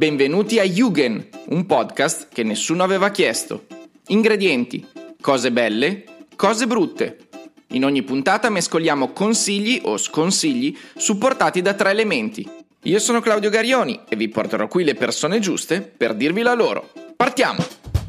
Benvenuti a Jugend, un podcast che nessuno aveva chiesto. Ingredienti, cose belle, cose brutte. In ogni puntata mescoliamo consigli o sconsigli supportati da 3 elementi. Io sono Claudio Garioni e vi porterò qui le persone giuste per dirvi la loro. Partiamo!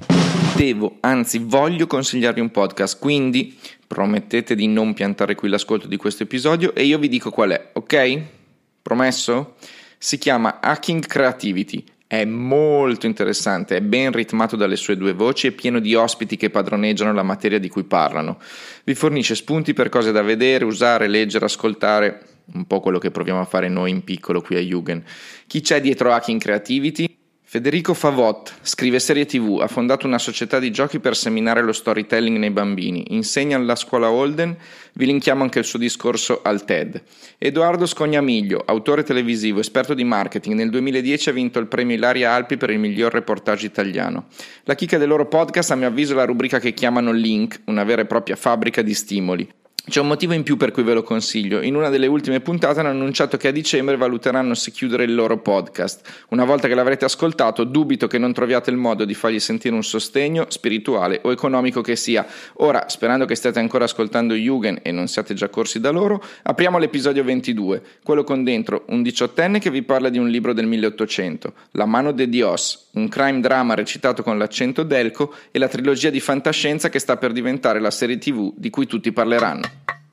Voglio consigliarvi un podcast, quindi promettete di non piantare qui l'ascolto di questo episodio e io vi dico qual è, ok? Promesso? Si chiama Hacking Creativity, è molto interessante, è ben ritmato dalle sue 2 voci e pieno di ospiti che padroneggiano la materia di cui parlano. Vi fornisce spunti per cose da vedere, usare, leggere, ascoltare, un po' quello che proviamo a fare noi in piccolo qui a Jugend. Chi c'è dietro Hacking Creativity? Federico Favot, scrive serie TV, ha fondato una società di giochi per seminare lo storytelling nei bambini, insegna alla scuola Holden, vi linkiamo anche il suo discorso al TED. Edoardo Scognamiglio, autore televisivo, esperto di marketing, nel 2010 ha vinto il premio Ilaria Alpi per il miglior reportage italiano. La chicca del loro podcast, a mio avviso, è la rubrica che chiamano Link, una vera e propria fabbrica di stimoli. C'è un motivo in più per cui ve lo consiglio. In una delle ultime puntate hanno annunciato che a dicembre valuteranno se chiudere il loro podcast. Una volta che l'avrete ascoltato, dubito che non troviate il modo di fargli sentire un sostegno spirituale o economico che sia. Ora, sperando che stiate ancora ascoltando Jugend e non siate già corsi da loro, apriamo l'episodio 22, quello con dentro un 18enne che vi parla di un libro del 1800, La mano de Dios, un crime drama recitato con l'accento delco e la trilogia di fantascienza che sta per diventare la serie TV di cui tutti parleranno.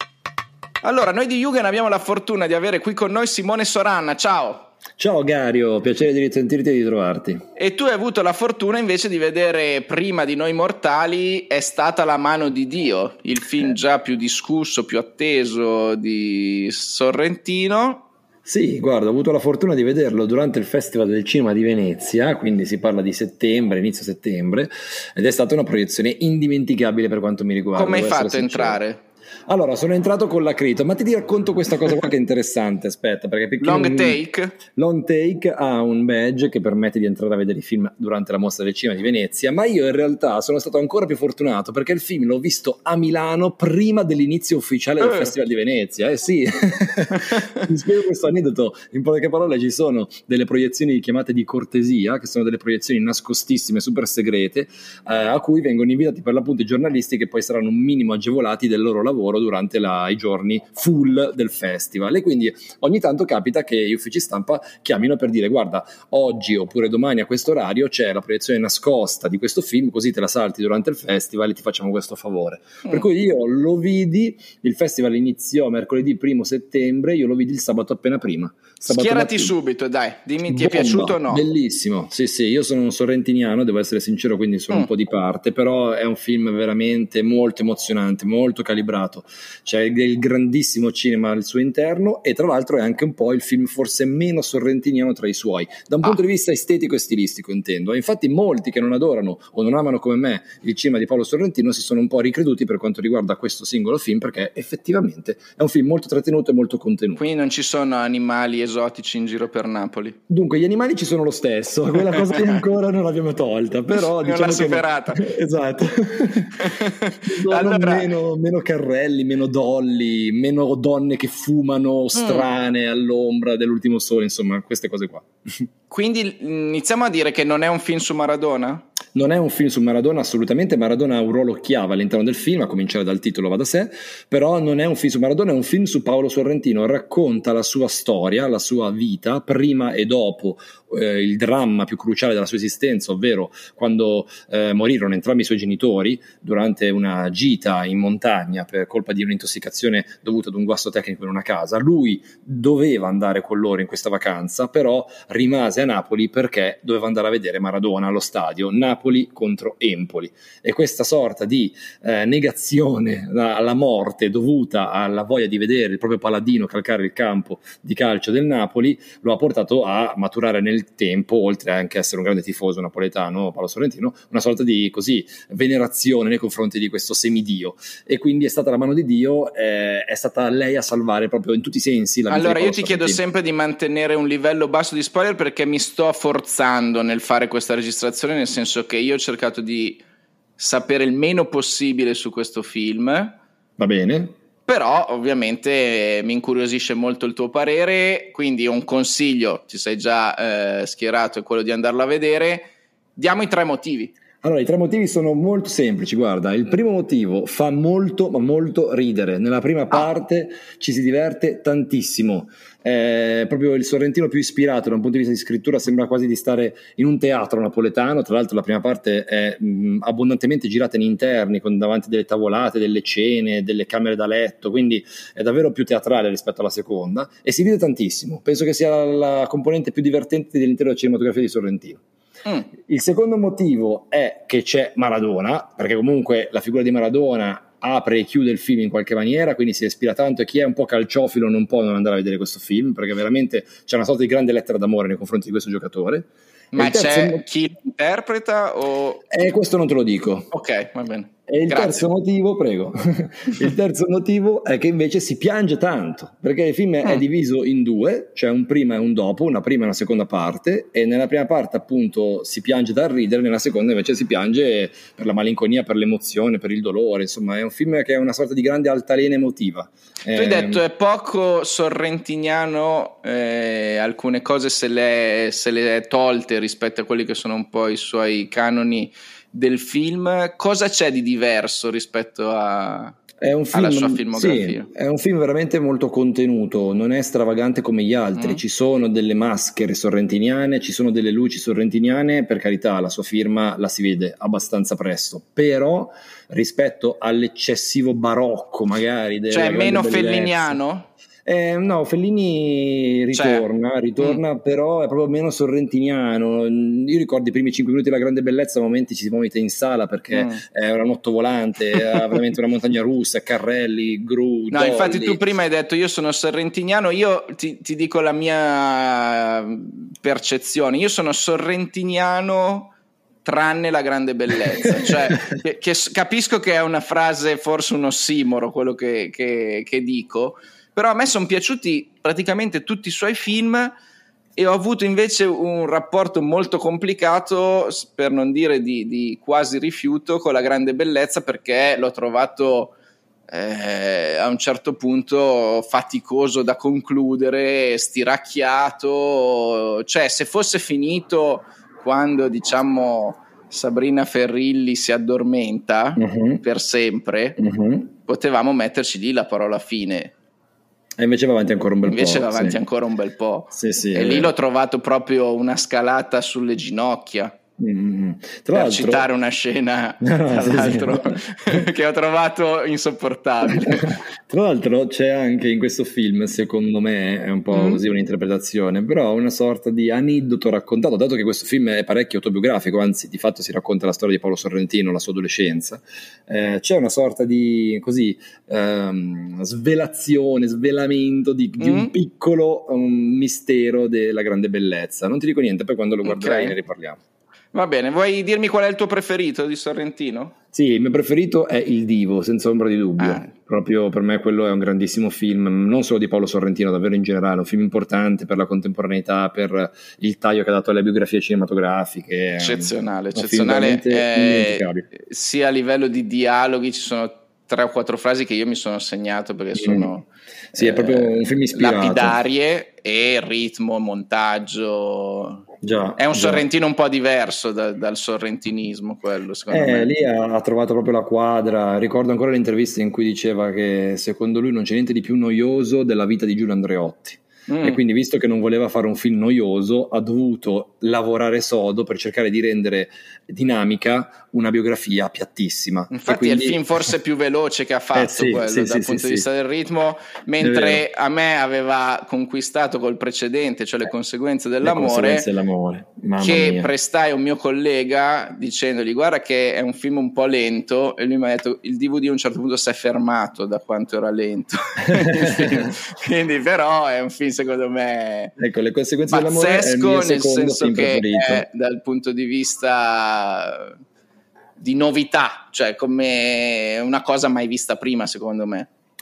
Allora, noi di Jugend abbiamo la fortuna di avere qui con noi Simone Soranna, ciao! Ciao Gario, piacere di risentirti e di trovarti. E tu hai avuto la fortuna invece di vedere prima di noi mortali È stata la mano di Dio, il film già più discusso, più atteso di Sorrentino. Sì, guarda, ho avuto la fortuna di vederlo durante il Festival del Cinema di Venezia, quindi si parla di settembre, inizio settembre, ed è stata una proiezione indimenticabile per quanto mi riguarda. Come hai fatto a entrare? Allora, sono entrato con la Creto, ma ti racconto questa cosa qua che è interessante, aspetta, perché Long Take ha un badge che permette di entrare a vedere i film durante la mostra del cinema di Venezia, ma io in realtà sono stato ancora più fortunato perché il film l'ho visto a Milano prima dell'inizio ufficiale del Festival di Venezia, sì. Mi spiego questo aneddoto, in poche parole ci sono delle proiezioni chiamate di cortesia, che sono delle proiezioni nascostissime, super segrete, a cui vengono invitati per l'appunto i giornalisti che poi saranno un minimo agevolati del loro lavoro durante i giorni full del festival, e quindi ogni tanto capita che gli uffici stampa chiamino per dire guarda, oggi oppure domani a questo orario c'è la proiezione nascosta di questo film, così te la salti durante il festival e ti facciamo questo favore. Per cui io lo vidi, il festival iniziò mercoledì 1 settembre, io lo vidi il sabato appena prima. Schierati subito, dai, dimmi, ti è piaciuto o no? Bellissimo, sì, io sono un sorrentiniano, devo essere sincero, quindi sono un po' di parte, però è un film veramente molto emozionante, molto calibrato, c'è il grandissimo cinema al suo interno e tra l'altro è anche un po' il film forse meno sorrentiniano tra i suoi, da un punto di vista estetico e stilistico intendo, infatti molti che non adorano o non amano come me il cinema di Paolo Sorrentino si sono un po' ricreduti per quanto riguarda questo singolo film, perché effettivamente è un film molto trattenuto e molto contenuto. Quindi non ci sono animali esotici in giro per Napoli? Dunque gli animali ci sono lo stesso, quella cosa che ancora non l'abbiamo tolta, però non l'ha superata. Esatto. Allora, meno carrelli, meno dolly, meno donne che fumano strane all'ombra dell'ultimo sole, insomma queste cose qua. Quindi iniziamo a dire che non è un film su Maradona? Non è un film su Maradona, assolutamente. Maradona ha un ruolo chiave all'interno del film, a cominciare dal titolo va da sé, però non è un film su Maradona, è un film su Paolo Sorrentino, racconta la sua storia, la sua vita, prima e dopo il dramma più cruciale della sua esistenza, ovvero quando morirono entrambi i suoi genitori durante una gita in montagna per colpa di un'intossicazione dovuta ad un guasto tecnico in una casa. Lui doveva andare con loro in questa vacanza, però rimase a Napoli perché doveva andare a vedere Maradona allo stadio Napoli contro Empoli, e questa sorta di negazione alla morte dovuta alla voglia di vedere il proprio paladino calcare il campo di calcio del Napoli lo ha portato a maturare nel tempo, oltre anche a essere un grande tifoso napoletano, Paolo Sorrentino, una sorta di così venerazione nei confronti di questo semidio, e quindi è stata la mano di Dio, è stata lei a salvare proprio in tutti i sensi la vita. Allora io ti chiedo sempre di mantenere un livello basso di spoiler, perché mi sto forzando nel fare questa registrazione, nel senso che io ho cercato di sapere il meno possibile su questo film. Va bene. però ovviamente mi incuriosisce molto il tuo parere, quindi un consiglio, ti sei già schierato, è quello di andarlo a vedere. Diamo i 3 motivi. Allora, i 3 motivi sono molto semplici, guarda, il primo motivo fa molto, ma molto ridere, nella prima parte ci si diverte tantissimo, è proprio il Sorrentino più ispirato da un punto di vista di scrittura, sembra quasi di stare in un teatro napoletano, tra l'altro la prima parte è abbondantemente girata in interni, con davanti delle tavolate, delle cene, delle camere da letto, quindi è davvero più teatrale rispetto alla seconda, e si ride tantissimo, penso che sia la componente più divertente dell'intera cinematografia di Sorrentino. Il secondo motivo è che c'è Maradona, perché comunque la figura di Maradona apre e chiude il film in qualche maniera, quindi si respira tanto, e chi è un po' calciofilo non può non andare a vedere questo film, perché veramente c'è una sorta di grande lettera d'amore nei confronti di questo giocatore. Ma c'è chi lo interpreta o... questo non te lo dico. Ok, va bene. E il terzo motivo, prego, il terzo motivo è che invece si piange tanto, perché il film è diviso in 2, c'è un prima e un dopo, una prima e una seconda parte, e nella prima parte appunto si piange dal ridere, nella seconda invece si piange per la malinconia, per l'emozione, per il dolore, insomma è un film che è una sorta di grande altalena emotiva. Tu hai detto è poco sorrentiniano, alcune cose se le è tolte rispetto a quelli che sono un po' i suoi canoni del film. Cosa c'è di diverso rispetto alla sua filmografia? Sì, è un film veramente molto contenuto, non è stravagante come gli altri, ci sono delle maschere sorrentiniane, ci sono delle luci sorrentiniane, per carità la sua firma la si vede abbastanza presto, però rispetto all'eccessivo barocco magari cioè meno felliniano? No, Fellini ritorna, però è proprio meno sorrentiniano. Io ricordo i primi 5 minuti della Grande Bellezza, a momenti ci si vomita in sala perché è una volante, è veramente una montagna russa, carrelli, gru, no, dolly. Infatti tu prima hai detto io sono sorrentiniano, io ti dico la mia percezione, io sono sorrentiniano tranne la Grande Bellezza, cioè che capisco che è una frase, forse un ossimoro quello che dico, però a me sono piaciuti praticamente tutti i suoi film e ho avuto invece un rapporto molto complicato, per non dire di quasi rifiuto, con la Grande Bellezza, perché l'ho trovato a un certo punto faticoso da concludere, stiracchiato, cioè se fosse finito quando diciamo Sabrina Ferrilli si addormenta per sempre, potevamo metterci lì la parola fine. E invece va avanti ancora un bel po'. Invece va avanti ancora un bel po'. Sì, e lì l'ho trovato proprio una scalata sulle ginocchia. Per citare una scena che ho trovato insopportabile. Tra l'altro c'è anche in questo film, secondo me è un po' così un'interpretazione, però una sorta di aneddoto raccontato, dato che questo film è parecchio autobiografico, anzi di fatto si racconta la storia di Paolo Sorrentino, la sua adolescenza, c'è una sorta di così svelazione, svelamento di un piccolo mistero della Grande Bellezza. Non ti dico niente, poi quando lo guarderai ne riparliamo. Va bene, vuoi dirmi qual è il tuo preferito di Sorrentino? Sì, il mio preferito è Il Divo, senza ombra di dubbio. Proprio per me quello è un grandissimo film, non solo di Paolo Sorrentino, davvero in generale, un film importante per la contemporaneità, per il taglio che ha dato alle biografie cinematografiche. Eccezionale, sia a livello di dialoghi, ci sono 3 o 4 frasi che io mi sono segnato perché sono sì, è proprio un film ispirato, lapidarie, e ritmo, montaggio. È un Sorrentino un po' diverso dal sorrentinismo, quello secondo me. Lì ha trovato proprio la quadra. Ricordo ancora l'intervista in cui diceva che secondo lui non c'è niente di più noioso della vita di Giulio Andreotti. E quindi, visto che non voleva fare un film noioso, ha dovuto lavorare sodo per cercare di rendere dinamica una biografia piattissima. Infatti quindi... è il film forse più veloce che ha fatto dal punto di vista del ritmo, mentre a me aveva conquistato col precedente, cioè Le conseguenze dell'amore, che prestai a un mio collega dicendogli guarda che è un film un po' lento, e lui mi ha detto il DVD a un certo punto si è fermato da quanto era lento. Quindi però è un film secondo me Le conseguenze dell'amore pazzesco, è il mio nel senso che preferito. dal punto di vista di novità, cioè come una cosa mai vista prima secondo me.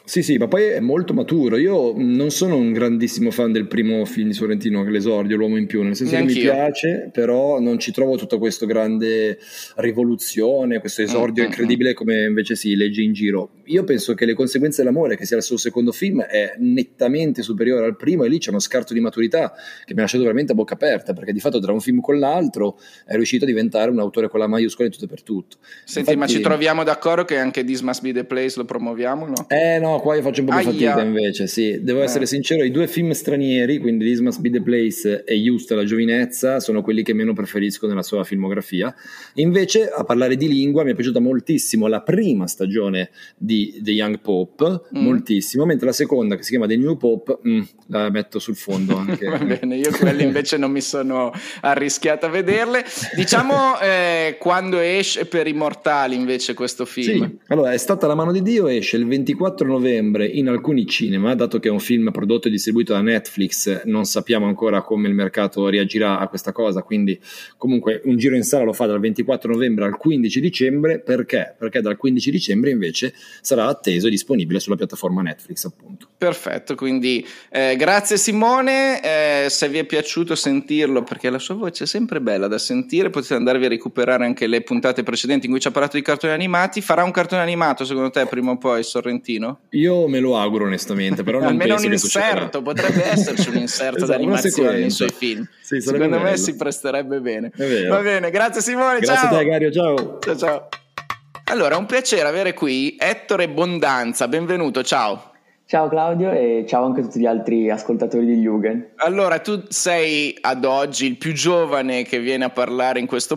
Sì, ma poi è molto maturo. Io non sono un grandissimo fan del primo film di Sorrentino, che l'esordio, L'uomo in più, nel senso che mi piace, però non ci trovo tutta questa grande rivoluzione, questo esordio incredibile come invece si legge in giro. Io penso che Le conseguenze dell'amore, che sia il suo secondo film, è nettamente superiore al primo, e lì c'è uno scarto di maturità che mi ha lasciato veramente a bocca aperta, perché di fatto tra un film con l'altro è riuscito a diventare un autore con la maiuscola in tutto e per tutto. Senti, ma ci troviamo d'accordo che anche This Must Be the Place lo promuoviamo, no? No, qua io faccio un po' più fatica invece, sì. Devo essere sincero, i due film stranieri, quindi This Must Be the Place e Just la giovinezza, sono quelli che meno preferisco nella sua filmografia. Invece, a parlare di lingua, mi è piaciuta moltissimo la prima stagione di The Young Pope, moltissimo, mentre la seconda, che si chiama The New Pope, la metto sul fondo anche. Va bene, io quelli invece non mi sono arrischiato a vederle. Diciamo quando esce per i mortali invece questo film? Sì, allora È stata la mano di Dio, esce il 24 novembre in alcuni cinema, dato che è un film prodotto e distribuito da Netflix, non sappiamo ancora come il mercato reagirà a questa cosa, quindi comunque un giro in sala lo fa dal 24 novembre al 15 dicembre, perché? Perché dal 15 dicembre invece sarà atteso e disponibile sulla piattaforma Netflix, appunto. Perfetto, quindi grazie Simone, se vi è piaciuto sentirlo, perché la sua voce è sempre bella da sentire, potete andarvi a recuperare anche le puntate precedenti in cui ci ha parlato di cartoni animati. Farà un cartone animato secondo te prima o poi Sorrentino? Io me lo auguro onestamente, però non almeno penso un che inserto, potrebbe esserci un inserto d'animazione nei suoi film. Sì, secondo me bello. Si presterebbe bene. Va bene, grazie Simone, grazie ciao. a te Gario, ciao. Ciao. Allora, è un piacere avere qui Ettore Bondanza, benvenuto, ciao. Ciao Claudio e ciao anche a tutti gli altri ascoltatori di Jugend. Allora, tu sei ad oggi il più giovane che viene a parlare in questo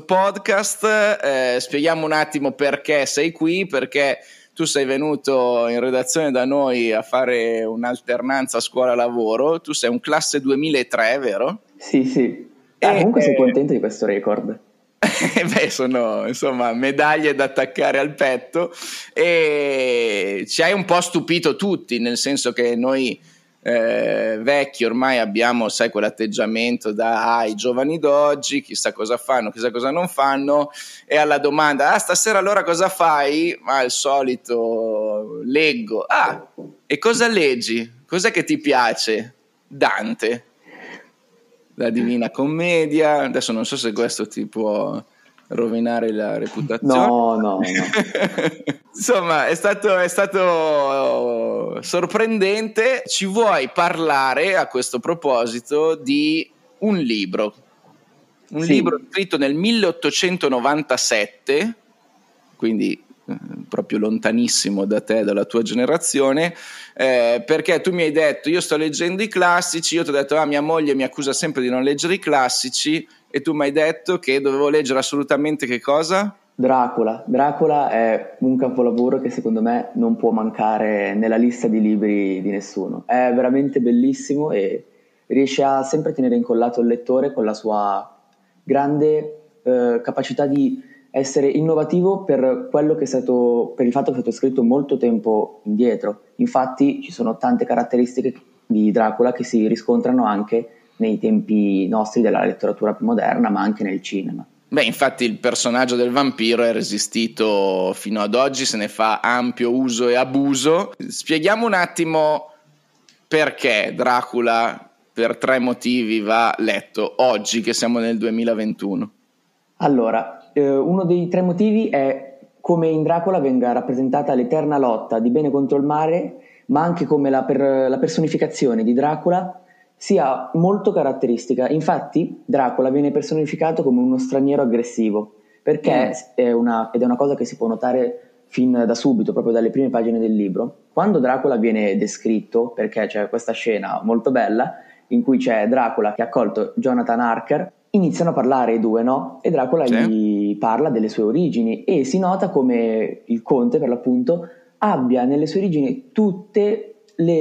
podcast, spieghiamo un attimo perché sei qui, perché tu sei venuto in redazione da noi a fare un'alternanza scuola-lavoro, tu sei un classe 2003, vero? Sì. Comunque sono contento di questo record. Sono insomma medaglie da attaccare al petto, e ci hai un po' stupito tutti, nel senso che noi vecchi ormai abbiamo, sai, quell'atteggiamento da i giovani d'oggi, chissà cosa fanno, chissà cosa non fanno, e alla domanda stasera allora cosa fai? Ma al solito leggo. E cosa leggi? Cos'è che ti piace? Dante, la Divina Commedia. Adesso non so se questo ti può rovinare la reputazione. No. Insomma, è stato sorprendente. Ci vuoi parlare a questo proposito di un libro? Un libro scritto nel 1897, quindi proprio lontanissimo da te, dalla tua generazione, perché tu mi hai detto io sto leggendo i classici, io ti ho detto mia moglie mi accusa sempre di non leggere i classici, e tu mi hai detto che dovevo leggere assolutamente che cosa? Dracula è un capolavoro che secondo me non può mancare nella lista di libri di nessuno. È veramente bellissimo e riesce a sempre tenere incollato il lettore con la sua grande capacità di essere innovativo per quello che è stato, per il fatto che è stato scritto molto tempo indietro. Infatti ci sono tante caratteristiche di Dracula che si riscontrano anche nei tempi nostri della letteratura più moderna, ma anche nel cinema. Infatti il personaggio del vampiro è resistito fino ad oggi, se ne fa ampio uso e abuso. Spieghiamo un attimo perché Dracula, per 3 motivi, va letto oggi che siamo nel 2021. Allora, uno dei 3 motivi è come in Dracula venga rappresentata l'eterna lotta di bene contro il male, ma anche come la personificazione di Dracula sia molto caratteristica. Infatti Dracula viene personificato come uno straniero aggressivo, perché ed è una cosa che si può notare fin da subito, proprio dalle prime pagine del libro. Quando Dracula viene descritto, perché c'è questa scena molto bella in cui c'è Dracula che ha accolto Jonathan Harker, iniziano a parlare i due, no? E Dracula gli parla delle sue origini e si nota come il conte, per l'appunto, abbia nelle sue origini tutte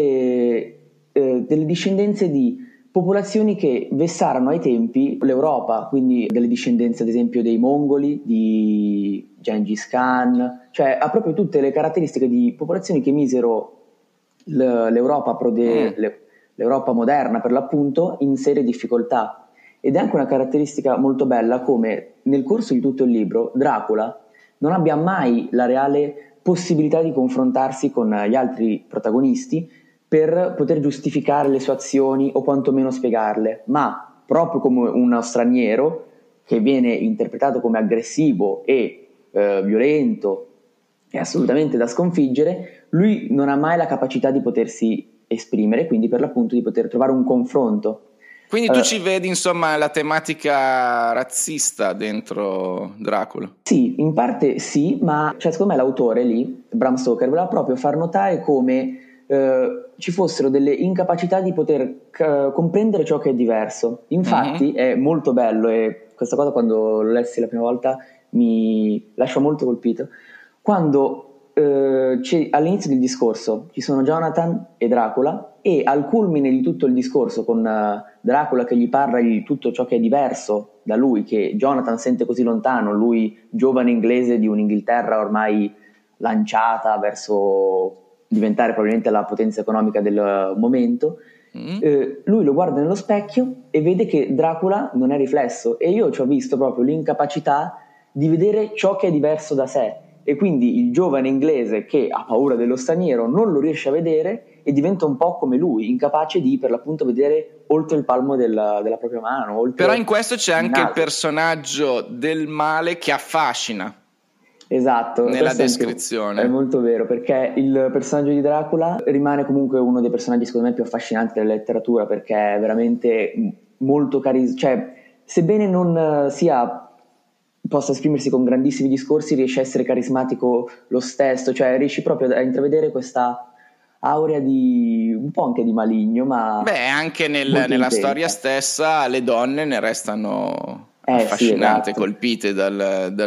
le delle discendenze di popolazioni che vessarono ai tempi l'Europa, quindi delle discendenze ad esempio dei Mongoli, di Gengis Khan, cioè ha proprio tutte le caratteristiche di popolazioni che misero l'Europa l'Europa moderna per l'appunto in serie difficoltà. Ed è anche una caratteristica molto bella come nel corso di tutto il libro Dracula non abbia mai la reale possibilità di confrontarsi con gli altri protagonisti per poter giustificare le sue azioni o quantomeno spiegarle, ma proprio come uno straniero che viene interpretato come aggressivo e violento e assolutamente da sconfiggere, lui non ha mai la capacità di potersi esprimere, quindi per l'appunto di poter trovare un confronto. Quindi tu ci vedi insomma la tematica razzista dentro Dracula? Sì, in parte sì, ma secondo me l'autore lì, Bram Stoker, voleva proprio far notare come ci fossero delle incapacità di poter comprendere ciò che è diverso. Infatti è molto bello, e questa cosa quando lo lessi la prima volta mi lasciò molto colpito, quando all'inizio del discorso ci sono Jonathan e Dracula, e al culmine di tutto il discorso con Dracula che gli parla di tutto ciò che è diverso da lui, che Jonathan sente così lontano, lui giovane inglese di un'Inghilterra ormai lanciata verso diventare probabilmente la potenza economica del momento, lui lo guarda nello specchio e vede che Dracula non è riflesso, e io ci ho visto proprio l'incapacità di vedere ciò che è diverso da sé, e quindi il giovane inglese che ha paura dello straniero non lo riesce a vedere e diventa un po' come lui, incapace di per l'appunto vedere oltre il palmo della propria mano. Però in questo c'è anche il personaggio del male che affascina. Esatto, nella descrizione è molto vero, perché il personaggio di Dracula rimane comunque uno dei personaggi secondo me più affascinanti della letteratura, perché è veramente molto cioè sebbene non possa esprimersi con grandissimi discorsi, riesce a essere carismatico lo stesso, cioè riesci proprio a intravedere questa aurea di un po' anche di maligno, ma anche nella storia stessa le donne ne restano affascinate, esatto, colpite dalla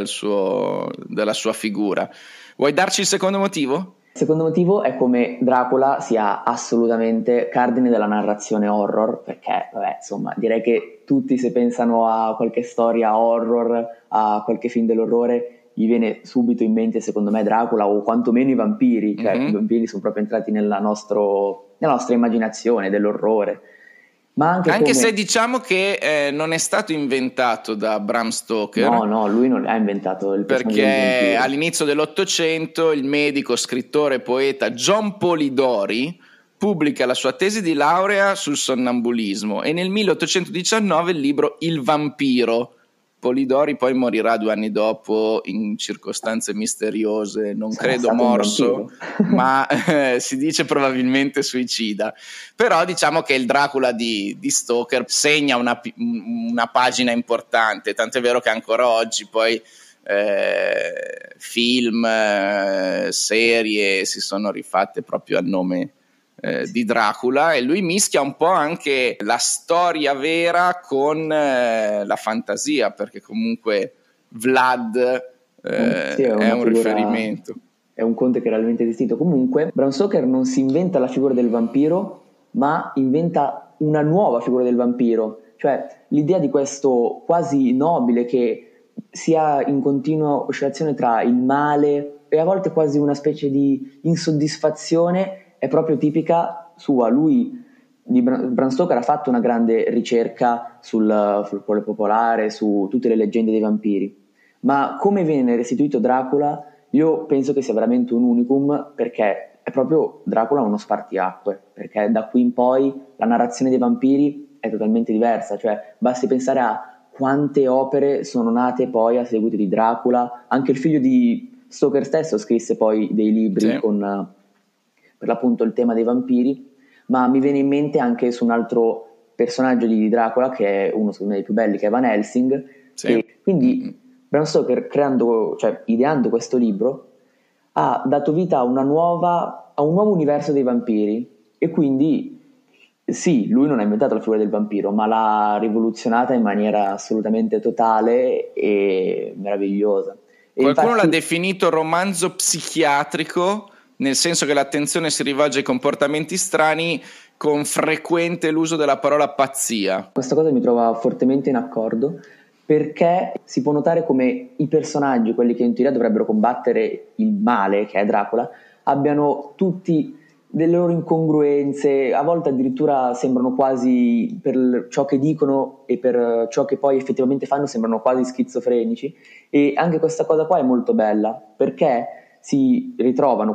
sua figura. Vuoi darci il secondo motivo? Il secondo motivo è come Dracula sia assolutamente cardine della narrazione horror, perché insomma direi che tutti, se pensano a qualche storia horror, a qualche film dell'orrore, gli viene subito in mente secondo me Dracula, o quantomeno i vampiri, cioè i vampiri sono proprio entrati nella nostra immaginazione dell'orrore. Ma anche se diciamo che non è stato inventato da Bram Stoker. No, lui non ha inventato il personaggio, perché all'inizio dell'Ottocento il medico, scrittore e poeta John Polidori pubblica la sua tesi di laurea sul sonnambulismo, e nel 1819 il libro Il vampiro. Polidori poi morirà 2 anni dopo in circostanze misteriose, non credo morso, ma si dice probabilmente suicida. Però diciamo che il Dracula di Stoker segna una pagina importante, tant'è vero che ancora oggi poi film, serie si sono rifatte proprio al nome di Dracula, e lui mischia un po' anche la storia vera con la fantasia, perché comunque Vlad è un riferimento, è un conte che è realmente esistito. Comunque Bram Stoker non si inventa la figura del vampiro, ma inventa una nuova figura del vampiro, cioè l'idea di questo quasi nobile che sia in continua oscillazione tra il male e a volte quasi una specie di insoddisfazione, è proprio tipica sua. Lui di Bram Stoker ha fatto una grande ricerca sul folklore popolare, su tutte le leggende dei vampiri, ma come viene restituito Dracula io penso che sia veramente un unicum, perché è proprio Dracula uno spartiacque, perché da qui in poi la narrazione dei vampiri è totalmente diversa, cioè basti pensare a quante opere sono nate poi a seguito di Dracula. Anche il figlio di Stoker stesso scrisse poi dei libri con per l'appunto il tema dei vampiri, ma mi viene in mente anche su un altro personaggio di Dracula che è uno secondo me dei più belli, che è Van Helsing, e quindi Bram Stoker ideando questo libro ha dato vita a un nuovo universo dei vampiri, e quindi sì, lui non ha inventato la figura del vampiro, ma l'ha rivoluzionata in maniera assolutamente totale e meravigliosa. Qualcuno l'ha definito romanzo psichiatrico, nel senso che l'attenzione si rivolge ai comportamenti strani con frequente l'uso della parola pazzia. Questa cosa mi trova fortemente in accordo, perché si può notare come i personaggi, quelli che in teoria dovrebbero combattere il male, che è Dracula, abbiano tutti delle loro incongruenze, a volte addirittura sembrano quasi, per ciò che dicono e per ciò che poi effettivamente fanno, sembrano quasi schizofrenici. E anche questa cosa qua è molto bella, perché si ritrovano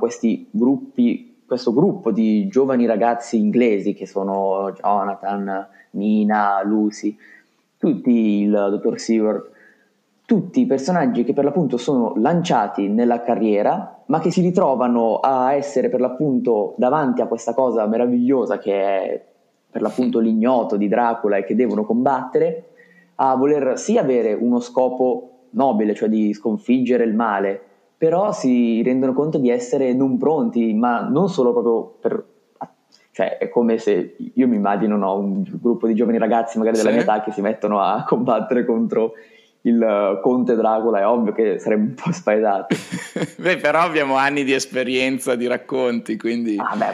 questo gruppo di giovani ragazzi inglesi che sono Jonathan, Nina, Lucy, tutti il dottor Seward, tutti personaggi che per l'appunto sono lanciati nella carriera, ma che si ritrovano a essere per l'appunto davanti a questa cosa meravigliosa che è per l'appunto l'ignoto di Dracula e che devono combattere, a voler sì avere uno scopo nobile, cioè di sconfiggere il male, però si rendono conto di essere non pronti, ma non solo proprio cioè è come se io mi immagino, no, un gruppo di giovani ragazzi magari della mia età che si mettono a combattere contro il conte Dracula, è ovvio che sarebbe un po' spaesato. Beh, però abbiamo anni di esperienza di racconti, quindi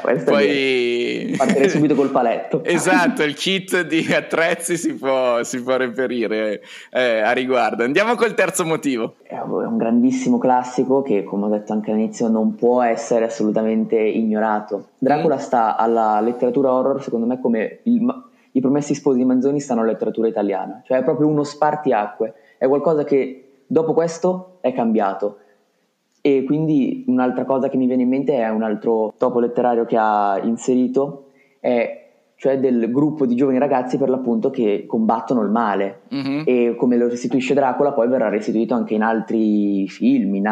poi partirei subito col paletto. Esatto, il kit di attrezzi si può reperire a riguardo. Andiamo col terzo motivo. È un grandissimo classico che, come ho detto anche all'inizio, non può essere assolutamente ignorato. Dracula sta alla letteratura horror, secondo me, come I Promessi Sposi di Manzoni stanno alla letteratura italiana, cioè è proprio uno spartiacque, è qualcosa che dopo questo è cambiato. E quindi un'altra cosa che mi viene in mente è un altro topo letterario che ha inserito, cioè del gruppo di giovani ragazzi per l'appunto che combattono il male, e come lo restituisce Dracula poi verrà restituito anche in altri film, in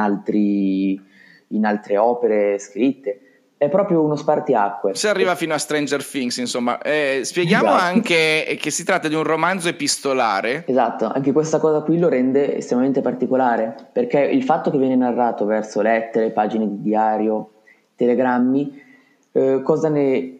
altre opere scritte. È proprio uno spartiacque. Si arriva fino a Stranger Things, insomma. Spieghiamo anche che si tratta di un romanzo epistolare. Esatto, anche questa cosa qui lo rende estremamente particolare, perché il fatto che viene narrato verso lettere, pagine di diario, telegrammi, cosa ne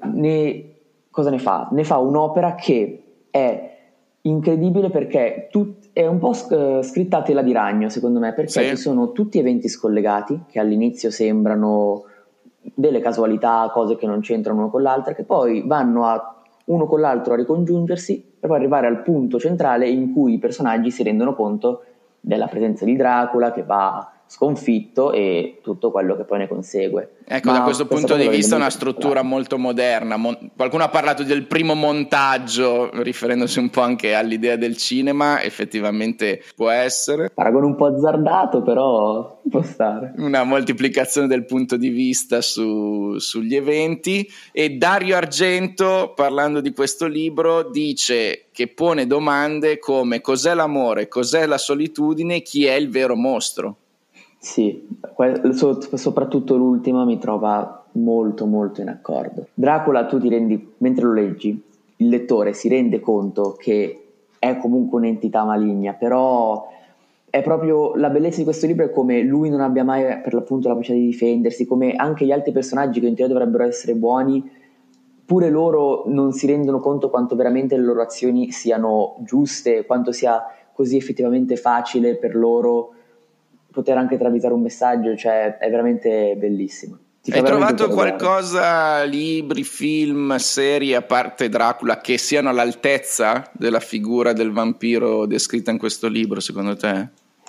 fa? Ne fa un'opera che è incredibile, perché è un po' scritta a tela di ragno, secondo me, perché ci sono tutti eventi scollegati che all'inizio sembrano delle casualità, cose che non c'entrano uno con l'altra, che poi vanno uno con l'altro a ricongiungersi per poi arrivare al punto centrale in cui i personaggi si rendono conto della presenza di Dracula, che va sconfitto, e tutto quello che poi ne consegue. Ecco, da questo punto di vista è una struttura molto moderna. Qualcuno ha parlato del primo montaggio, riferendosi un po' anche all'idea del cinema. Effettivamente può essere paragono un po' azzardato, però può stare. Una moltiplicazione del punto di vista sugli eventi. E Dario Argento, parlando di questo libro, dice che pone domande come: cos'è l'amore, cos'è la solitudine, chi è il vero mostro? Sì, soprattutto l'ultima mi trova molto molto in accordo. Dracula, tu ti rendi, mentre lo leggi, il lettore si rende conto che è comunque un'entità maligna, però è proprio la bellezza di questo libro, è come lui non abbia mai per l'appunto la possibilità di difendersi, come anche gli altri personaggi che in teoria dovrebbero essere buoni, pure loro non si rendono conto quanto veramente le loro azioni siano giuste, quanto sia così effettivamente facile per loro poter anche travisare un messaggio, cioè è veramente bellissimo. Hai trovato qualcosa, libri, film, serie, a parte Dracula, che siano all'altezza della figura del vampiro descritta in questo libro, secondo te?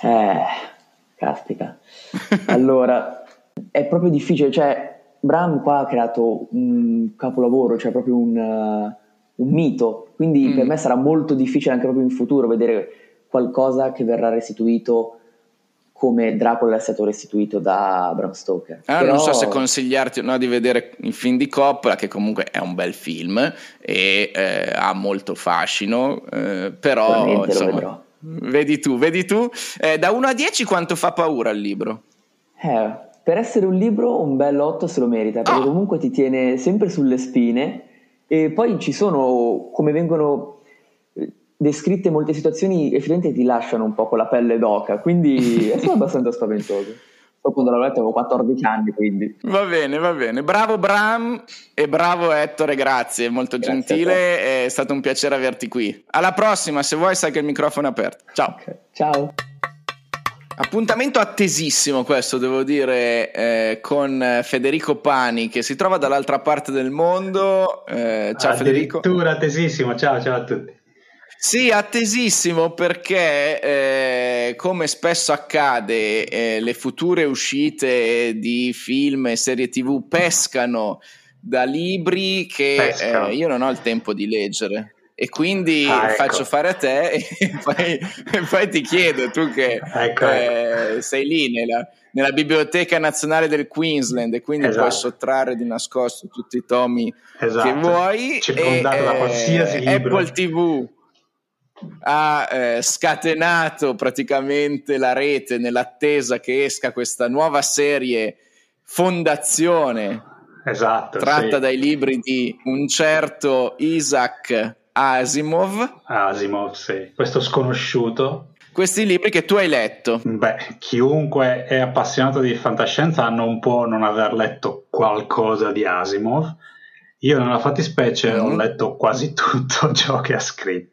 Caspita. Allora, è proprio difficile, cioè Bram qua ha creato un capolavoro, cioè proprio un mito, quindi per me sarà molto difficile anche proprio in futuro vedere qualcosa che verrà restituito come Dracula è stato restituito da Bram Stoker. Però non so se consigliarti di vedere il film di Coppola, che comunque è un bel film e ha molto fascino, però insomma, vedi tu. Da 1 a 10 quanto fa paura il libro? Per essere un libro un bel 8 se lo merita, perché comunque ti tiene sempre sulle spine, e poi ci sono, come vengono descritte molte situazioni, effettivamente ti lasciano un po' con la pelle d'oca, quindi è stato abbastanza spaventoso. Quando l'ho letto avevo 14 anni, quindi. Va bene. Bravo Bram e bravo Ettore, grazie, molto gentile, è stato un piacere averti qui. Alla prossima, se vuoi sai che il microfono è aperto. Ciao. Okay. Ciao. Appuntamento attesissimo questo, devo dire, con Federico Pani, che si trova dall'altra parte del mondo. Ciao Federico. Addirittura attesissimo, ciao a tutti. Sì, attesissimo, perché come spesso accade, le future uscite di film e serie TV pescano da libri che io non ho il tempo di leggere. e quindi ecco. faccio fare a te e poi ti chiedo, tu che ecco. sei lì nella Biblioteca Nazionale del Queensland e quindi puoi sottrarre di nascosto tutti i tomi che vuoi, circondato da qualsiasi libro. Apple TV ha scatenato praticamente la rete nell'attesa che esca questa nuova serie Fondazione, tratta dai libri di un certo Isaac Asimov. Sì, questo sconosciuto. Questi libri che tu hai letto. Beh, chiunque è appassionato di fantascienza non può non aver letto qualcosa di Asimov. Io nella fattispecie ho letto quasi tutto ciò che ha scritto.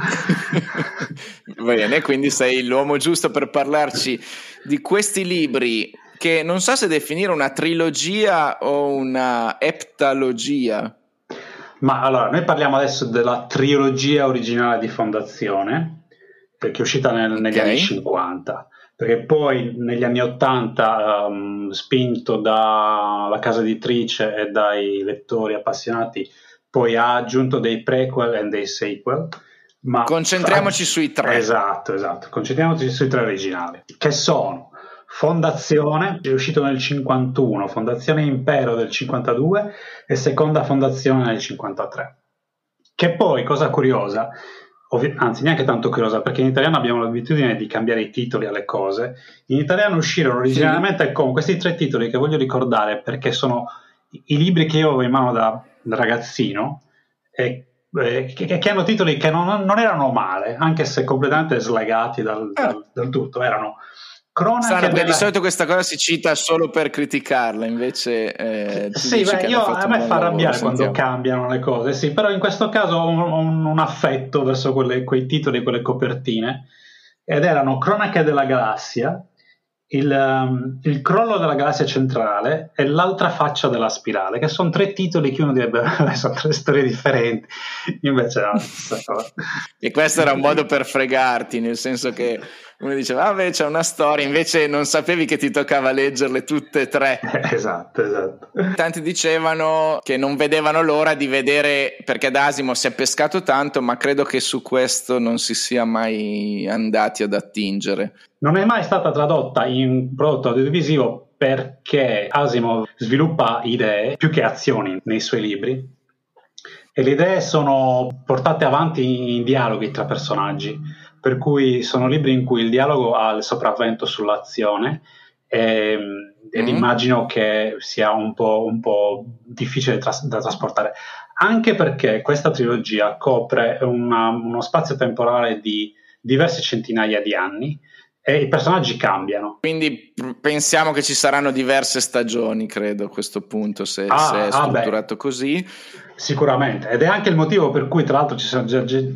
Bene, quindi sei l'uomo giusto per parlarci di questi libri che non so se definire una trilogia o una eptalogia. Ma allora, noi parliamo adesso della trilogia originale di Fondazione, che è uscita negli anni 50, perché poi negli anni 80, spinto dalla casa editrice e dai lettori appassionati, poi ha aggiunto dei prequel e dei sequel. Ma concentriamoci sui 3. Esatto, concentriamoci sui 3 originali, che sono Fondazione, è uscito nel 51, Fondazione Impero del 52 e Seconda Fondazione nel 53. Che poi, cosa curiosa, anzi neanche tanto curiosa, perché in italiano abbiamo l'abitudine di cambiare i titoli alle cose. In italiano uscirono originariamente con questi 3 titoli che voglio ricordare perché sono i libri che io avevo in mano da ragazzino e che hanno titoli che non erano male, anche se completamente slegati dal tutto. Erano Cronache perché di solito questa cosa si cita solo per criticarla, invece a me fa arrabbiare quando cambiano le cose, sì, però in questo caso ho un affetto verso quei titoli, quelle copertine, ed erano Cronache della Galassia, il crollo della galassia centrale e l'altra faccia della spirale, che sono 3 titoli che uno direbbe sono 3 storie differenti, invece no, e questo era un modo per fregarti, nel senso che uno diceva vabbè c'è una storia, invece non sapevi che ti toccava leggerle tutte e 3. Esatto. Tanti dicevano che non vedevano l'ora di vedere, perché da Asimov si è pescato tanto, ma credo che su questo non si sia mai andati ad attingere. Non è mai stata tradotta in prodotto audiovisivo perché Asimov sviluppa idee più che azioni nei suoi libri e le idee sono portate avanti in dialoghi tra personaggi, per cui sono libri in cui il dialogo ha il sopravvento sull'azione ed immagino che sia un po' difficile da trasportare, anche perché questa trilogia copre uno spazio temporale di diverse centinaia di anni e i personaggi cambiano. Quindi pensiamo che ci saranno diverse stagioni, credo, a questo punto, se è strutturato così. Sicuramente, ed è anche il motivo per cui, tra l'altro, ci sono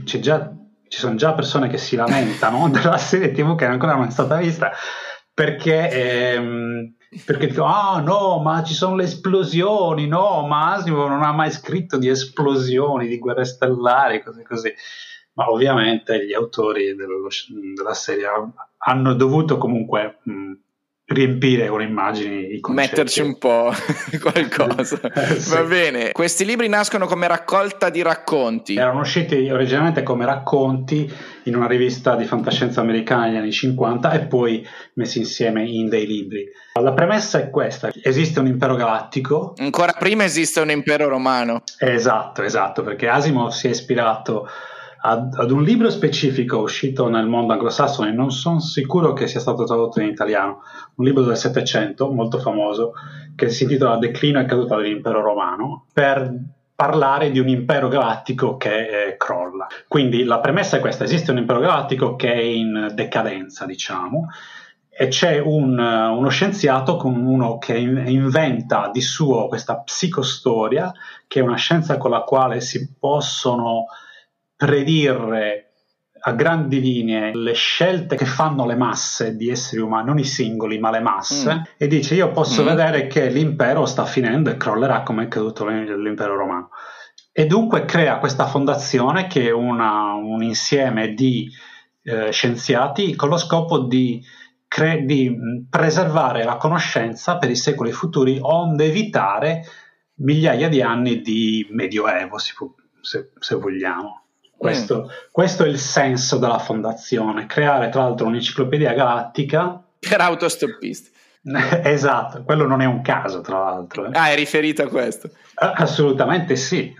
già persone che si lamentano della serie TV che ancora non è stata vista, perché dicono, no, ma ci sono le esplosioni, no, ma Asimov non ha mai scritto di esplosioni, di guerre stellari, cose così. Ma ovviamente gli autori della serie hanno dovuto comunque riempire con immagini i concetti. Metterci un po' qualcosa. Sì. Va bene. Questi libri nascono come raccolta di racconti. Erano usciti originalmente come racconti in una rivista di fantascienza americana negli anni 50 e poi messi insieme in dei libri. La premessa è questa: esiste un impero galattico. Ancora prima esiste un impero romano. Esatto, perché Asimov si è ispirato ad un libro specifico uscito nel mondo anglosassone, non sono sicuro che sia stato tradotto in italiano, un libro del Settecento molto famoso che si intitola Declino e caduta dell'impero romano, per parlare di un impero galattico che crolla. Quindi la premessa è questa: esiste un impero galattico che è in decadenza, diciamo, e c'è uno scienziato, uno che inventa di suo questa psicostoria, che è una scienza con la quale si possono predire a grandi linee le scelte che fanno le masse di esseri umani, non i singoli ma le masse, e dice io posso vedere che l'impero sta finendo e crollerà come è caduto l'impero romano, e dunque crea questa fondazione che è un insieme di scienziati con lo scopo di preservare la conoscenza per i secoli futuri, onde evitare migliaia di anni di medioevo, se vogliamo. Questo è il senso della fondazione, creare tra l'altro un'enciclopedia galattica per autostoppisti. Esatto, quello non è un caso tra l'altro. È riferito a questo? Assolutamente sì,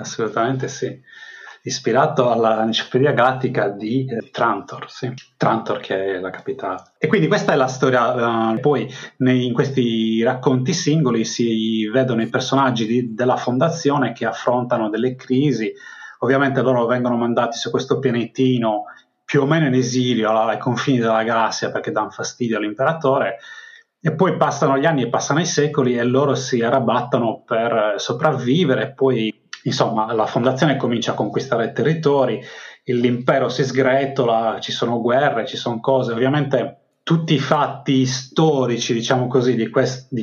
ispirato all'enciclopedia galattica di Trantor, sì. Trantor che è la capitale. E quindi questa è la storia. Poi in questi racconti singoli si vedono i personaggi della fondazione che affrontano delle crisi. Ovviamente loro vengono mandati su questo pianetino più o meno in esilio ai confini della galassia perché danno fastidio all'imperatore, e poi passano gli anni e passano i secoli e loro si arrabattano per sopravvivere. Poi insomma la fondazione comincia a conquistare territori, l'impero si sgretola, ci sono guerre, ci sono cose. Ovviamente tutti i fatti storici, diciamo così, di questo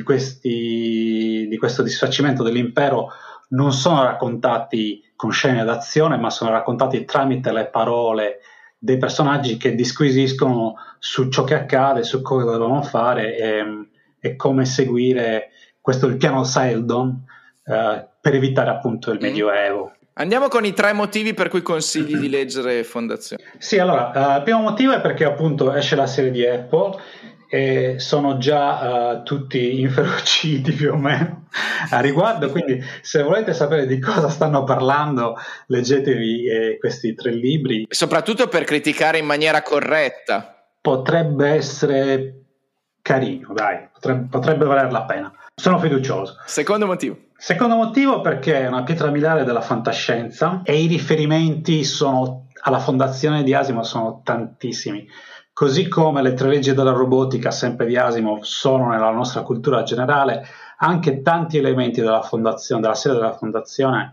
disfacimento dell'impero non sono raccontati con scene d'azione, ma sono raccontati tramite le parole dei personaggi che disquisiscono su ciò che accade, su cosa devono fare e come seguire il piano Seldon per evitare appunto il Medioevo. Andiamo con i 3 motivi per cui consigli di leggere Fondazione. Sì, allora, il primo motivo è perché appunto esce la serie di Apple e sono già tutti inferociti più o meno a riguardo, quindi se volete sapere di cosa stanno parlando leggetevi questi 3 libri. Soprattutto per criticare in maniera corretta. Potrebbe essere carino, dai, potrebbe valer la pena. Sono fiducioso. Secondo motivo perché è una pietra miliare della fantascienza e i riferimenti alla fondazione di Asimov sono tantissimi. Così come le 3 leggi della robotica, sempre di Asimov, sono nella nostra cultura generale, anche tanti elementi della serie della fondazione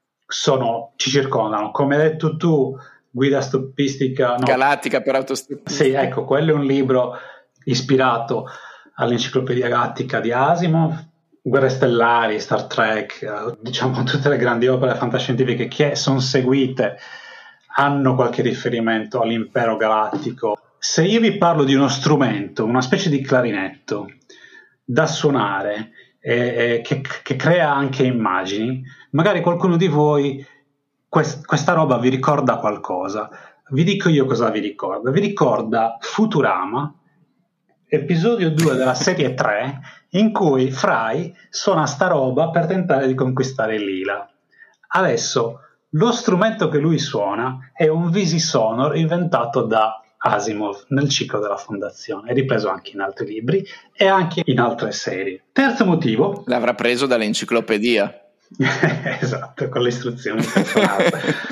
ci circondano. Come hai detto tu, guida stoppistica... Galattica per autostoppisti. Sì, ecco, quello è un libro ispirato all'enciclopedia galattica di Asimov. Guerre stellari, Star Trek, diciamo tutte le grandi opere fantascientifiche che sono seguite hanno qualche riferimento all'impero galattico. Se io vi parlo di uno strumento, una specie di clarinetto da suonare che crea anche immagini, magari qualcuno di voi questa roba vi ricorda qualcosa. Vi dico io cosa vi ricorda. Vi ricorda Futurama, episodio 2 della serie 3, in cui Fry suona sta roba per tentare di conquistare Lila. Adesso lo strumento che lui suona è un visisonor inventato da Asimov nel ciclo della fondazione, è ripreso anche in altri libri e anche in altre serie. Terzo motivo, l'avrà preso dall'enciclopedia. Esatto, con le istruzioni personali.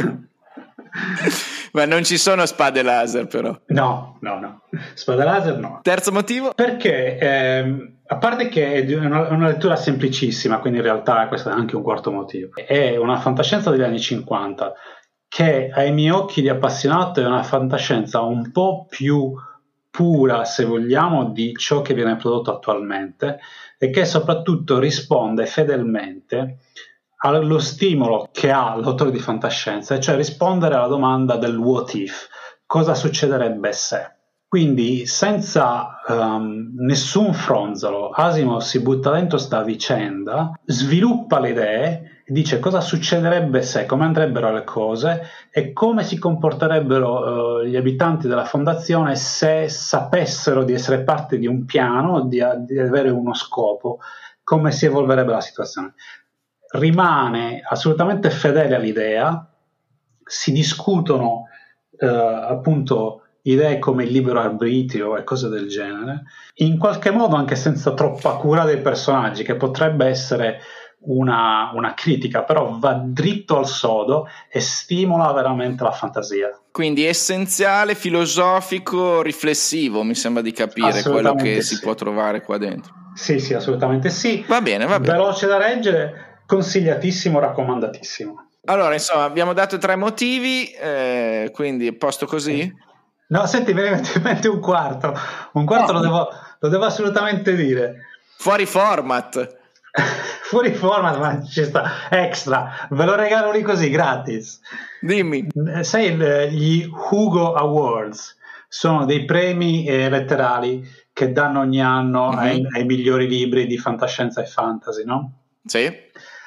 Ma non ci sono spade laser, però. No, spade laser no. Terzo motivo? Perché a parte che è una lettura semplicissima, quindi in realtà questo è anche un quarto motivo, è una fantascienza degli anni 50 che ai miei occhi di appassionato è una fantascienza un po' più pura, se vogliamo, di ciò che viene prodotto attualmente e che soprattutto risponde fedelmente allo stimolo che ha l'autore di fantascienza, cioè rispondere alla domanda del what if, cosa succederebbe se. Quindi senza nessun fronzolo Asimov si butta dentro sta vicenda, sviluppa le idee, dice cosa succederebbe se, come andrebbero le cose e come si comporterebbero gli abitanti della fondazione se sapessero di essere parte di un piano, di avere uno scopo, come si evolverebbe la situazione. Rimane assolutamente fedele all'idea, si discutono appunto idee come il libero arbitrio e cose del genere, in qualche modo anche senza troppa cura dei personaggi, che potrebbe essere una critica, però va dritto al sodo e stimola veramente la fantasia. Quindi essenziale, filosofico, riflessivo, mi sembra di capire quello che si può trovare qua dentro. Sì, assolutamente sì. Va bene. Veloce da leggere, consigliatissimo, raccomandatissimo. Allora, insomma, abbiamo dato 3 motivi, quindi posto così? No, senti, mi viene in mente un quarto lo devo assolutamente dire. Fuori format, Ma ci sta, extra, ve lo regalo lì così, gratis. Dimmi. Sai, gli Hugo Awards sono dei premi letterari che danno ogni anno ai migliori libri di fantascienza e fantasy, no? Sì.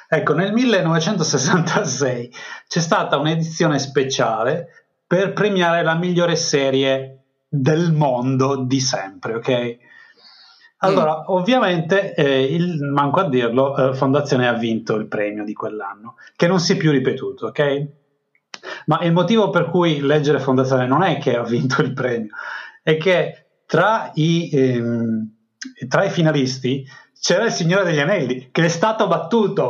Ecco, nel 1966 c'è stata un'edizione speciale per premiare la migliore serie del mondo di sempre, ok? Allora, ovviamente, manco a dirlo, Fondazione ha vinto il premio di quell'anno, che non si è più ripetuto, ok? Ma il motivo per cui leggere Fondazione non è che ha vinto il premio, è che tra i finalisti c'era il Signore degli Anelli, che è stato battuto.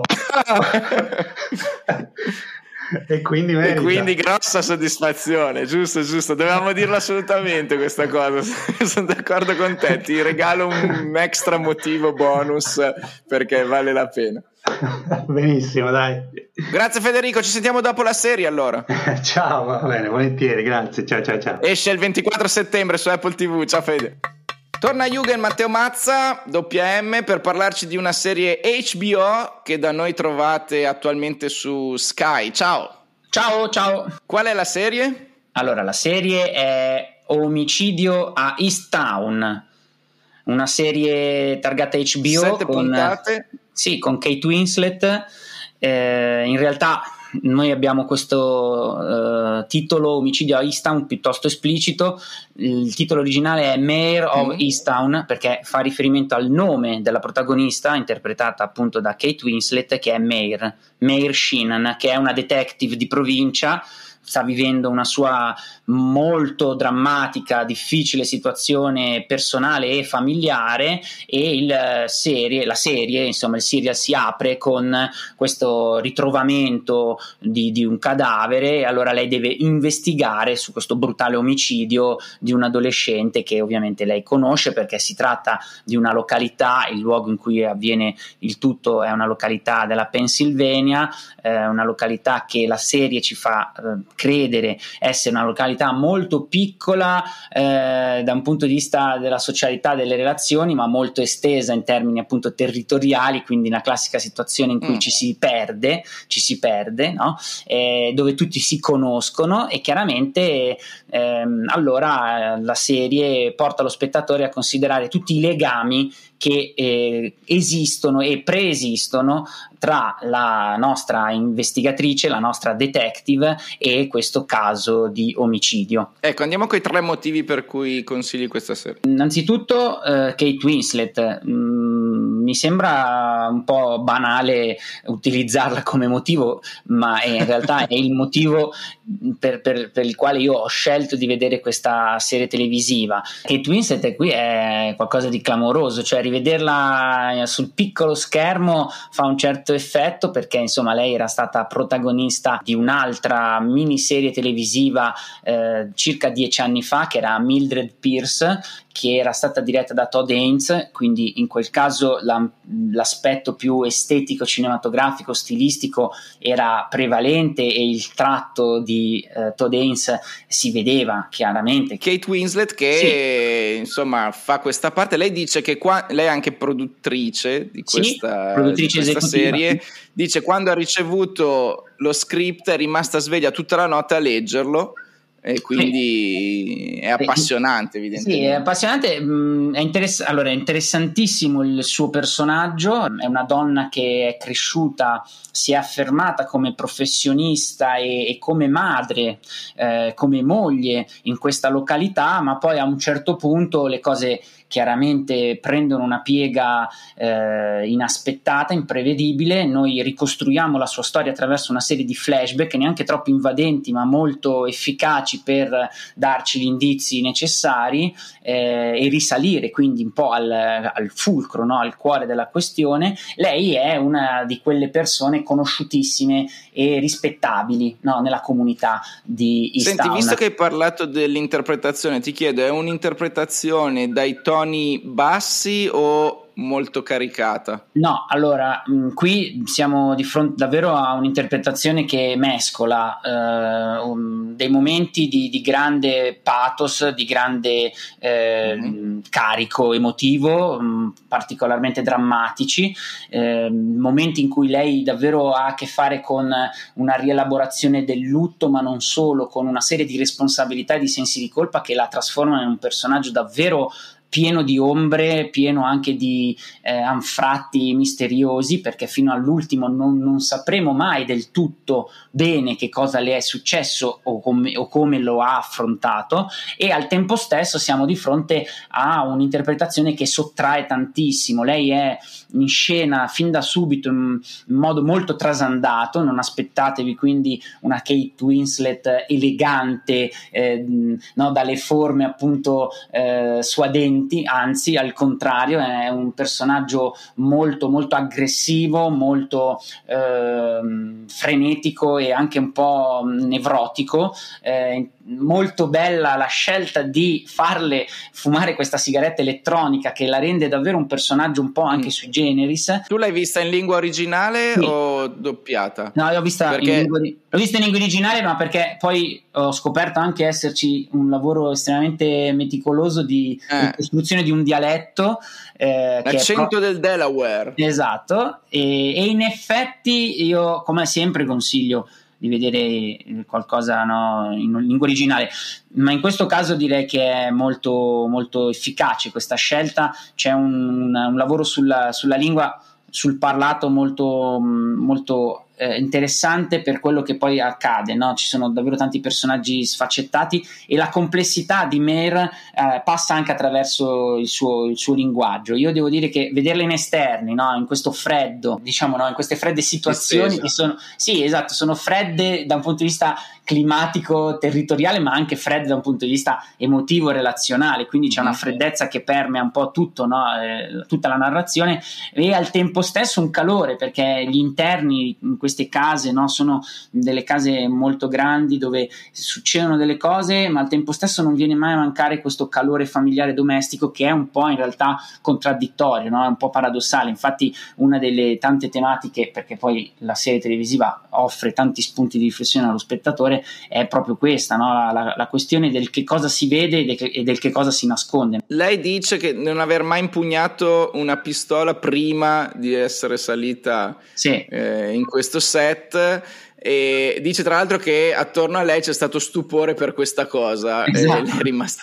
E quindi merita. E quindi grossa soddisfazione, giusto, dovevamo dirlo assolutamente questa cosa. Sono d'accordo con te, ti regalo un extra motivo bonus perché vale la pena. Benissimo, dai. Grazie Federico, ci sentiamo dopo la serie allora. Ciao, va bene, volentieri, grazie, ciao. Esce il 24 settembre su Apple TV, ciao Fede. Torna Jürgen Matteo Mazza, WM, per parlarci di una serie HBO che da noi trovate attualmente su Sky. Ciao. Ciao. Qual è la serie? Allora, la serie è Omicidio a Easttown, una serie targata HBO. 7 puntate. Sì, con Kate Winslet. In realtà noi abbiamo questo titolo Omicidio a Easttown piuttosto esplicito. Il titolo originale è Mayor of Easttown, perché fa riferimento al nome della protagonista, interpretata appunto da Kate Winslet, che è Mayor Sheenan, che è una detective di provincia. Sta vivendo una sua molto drammatica, difficile situazione personale e familiare, e la serie, insomma il serial si apre con questo ritrovamento di un cadavere, e allora lei deve investigare su questo brutale omicidio di un adolescente che ovviamente lei conosce, perché si tratta di una località, il luogo in cui avviene il tutto è una località della Pennsylvania, una località che la serie ci fa credere essere una località molto piccola da un punto di vista della socialità delle relazioni, ma molto estesa in termini appunto territoriali, quindi una classica situazione in cui ci si perde, no? Dove tutti si conoscono, e chiaramente allora la serie porta lo spettatore a considerare tutti i legami che esistono e preesistono tra la nostra investigatrice, la nostra detective, e questo caso di omicidio. Ecco, andiamo con i 3 motivi per cui consigli questa serie. Innanzitutto Kate Winslet, mi sembra un po' banale utilizzarla come motivo, ma in realtà è il motivo per il quale io ho scelto di vedere questa serie televisiva. Kate Winslet qui è qualcosa di clamoroso, cioè rivederla sul piccolo schermo fa un certo effetto, perché insomma lei era stata protagonista di un'altra miniserie televisiva circa 10 anni fa, che era Mildred Pierce, che era stata diretta da Todd Haynes, quindi in quel caso l'aspetto più estetico, cinematografico, stilistico era prevalente, e il tratto di Todd Haynes si vedeva chiaramente. Kate Winslet che sì, insomma fa questa parte. Lei dice che lei è anche produttrice di questa serie. Dice quando ha ricevuto lo script è rimasta sveglia tutta la notte a leggerlo, e quindi è appassionante, evidentemente. Sì, è appassionante, allora è interessantissimo il suo personaggio. È una donna che è cresciuta, si è affermata come professionista e come madre, come moglie in questa località, ma poi a un certo punto le cose chiaramente prendono una piega inaspettata, imprevedibile. Noi ricostruiamo la sua storia attraverso una serie di flashback neanche troppo invadenti, ma molto efficaci per darci gli indizi necessari e risalire quindi un po' al fulcro, no? Al cuore della questione. Lei è una di quelle persone conosciutissime e rispettabili, no? Nella comunità di Easttown. Senti, visto che hai parlato dell'interpretazione, ti chiedo, è un'interpretazione dai toni bassi o molto caricata? No, allora qui siamo di fronte davvero a un'interpretazione che mescola dei momenti di grande pathos, di grande carico emotivo, particolarmente drammatici, momenti in cui lei davvero ha a che fare con una rielaborazione del lutto, ma non solo, con una serie di responsabilità e di sensi di colpa che la trasformano in un personaggio davvero pieno di ombre, pieno anche di anfratti misteriosi, perché fino all'ultimo non sapremo mai del tutto bene che cosa le è successo o come lo ha affrontato, e al tempo stesso siamo di fronte a un'interpretazione che sottrae tantissimo. Lei è in scena fin da subito in modo molto trasandato, non aspettatevi quindi una Kate Winslet elegante, no, dalle forme appunto suadenti, anzi al contrario è un personaggio molto molto aggressivo, molto frenetico e anche un po' nevrotico. Molto bella la scelta di farle fumare questa sigaretta elettronica, che la rende davvero un personaggio un po' anche sui generis. Tu l'hai vista in lingua originale Sì. o doppiata? No, l'ho vista in lingua originale, ma perché poi ho scoperto anche esserci un lavoro estremamente meticoloso di costruzione di un dialetto, l'accento del Delaware. Esatto, e in effetti io come sempre consiglio di vedere qualcosa, no, in lingua originale, ma in questo caso direi che è molto molto efficace questa scelta. C'è un lavoro sulla lingua, sul parlato molto molto interessante per quello che poi accade, no? Ci sono davvero tanti personaggi sfaccettati e la complessità di Mare passa anche attraverso il suo linguaggio. Io devo dire che vederla in esterni, no? In questo freddo, diciamo, no? In queste fredde situazioni che sono, sì, esatto, sono fredde da un punto di vista climatico, territoriale, ma anche fredde da un punto di vista emotivo, relazionale, quindi c'è una freddezza che permea un po' tutto, no? Tutta la narrazione, e al tempo stesso un calore, perché gli interni in queste case, no, sono delle case molto grandi dove succedono delle cose, ma al tempo stesso non viene mai a mancare questo calore familiare domestico, che è un po' in realtà contraddittorio, no? È un po' paradossale. Infatti una delle tante tematiche, perché poi la serie televisiva offre tanti spunti di riflessione allo spettatore, è proprio questa, no? La questione del che cosa si vede e del che cosa si nasconde. Lei dice che non aver mai impugnato una pistola prima di essere salita in questo set, e dice tra l'altro che attorno a lei c'è stato stupore per questa cosa. Esatto. Lei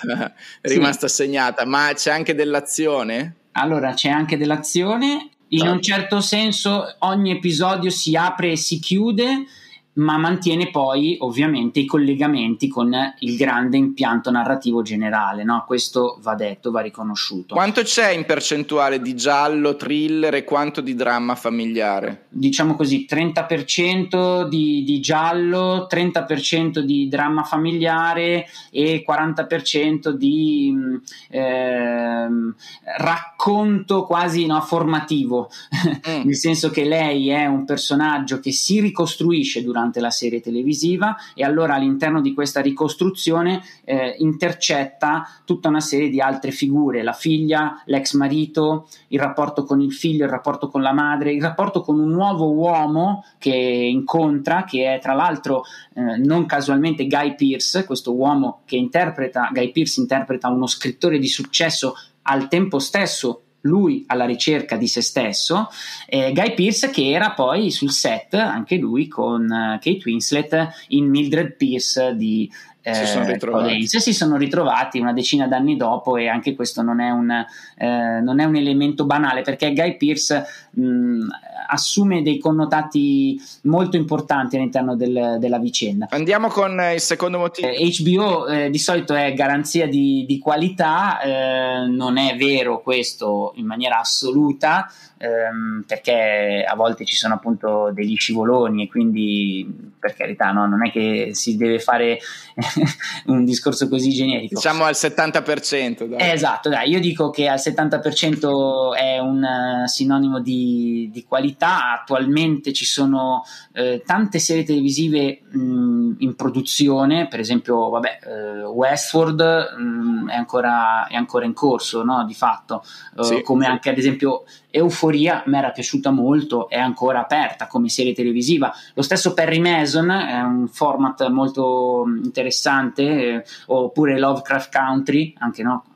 è rimasta segnata. Ma c'è anche dell'azione? Allora, c'è anche dell'azione, in un certo senso ogni episodio si apre e si chiude, ma mantiene poi ovviamente i collegamenti con il grande impianto narrativo generale, no? Questo va detto, va riconosciuto. Quanto c'è in percentuale di giallo, thriller, e quanto di dramma familiare? Diciamo così, 30% di giallo, 30% di dramma familiare e 40% di racconto quasi, no, formativo, nel senso che lei è un personaggio che si ricostruisce durante la serie televisiva, e allora all'interno di questa ricostruzione intercetta tutta una serie di altre figure: la figlia, l'ex marito, il rapporto con il figlio, il rapporto con la madre, il rapporto con un nuovo uomo che incontra, che è tra l'altro non casualmente Guy Pearce. Questo uomo che Guy Pearce interpreta uno scrittore di successo, al tempo stesso lui alla ricerca di se stesso, Guy Pearce che era poi sul set anche lui con Kate Winslet in Mildred Pierce di si sono ritrovati una decina d'anni dopo, e anche questo non è un elemento banale, perché Guy Pearce assume dei connotati molto importanti all'interno della vicenda. Andiamo con il secondo motivo. HBO di solito è garanzia di qualità, non è vero questo in maniera assoluta, perché a volte ci sono appunto degli scivoloni, e quindi per carità, no, non è che si deve fare un discorso così generico. Diciamo al 70%. Dai. Esatto, dai, io dico che al 70% è un sinonimo di qualità. Attualmente ci sono tante serie televisive in produzione, per esempio Westworld è ancora in corso, no, di fatto, sì, come anche ad esempio Euphoria mi era piaciuta molto, è ancora aperta come serie televisiva. Lo stesso Perry Mason è un format molto interessante, oppure Lovecraft Country, anche, no,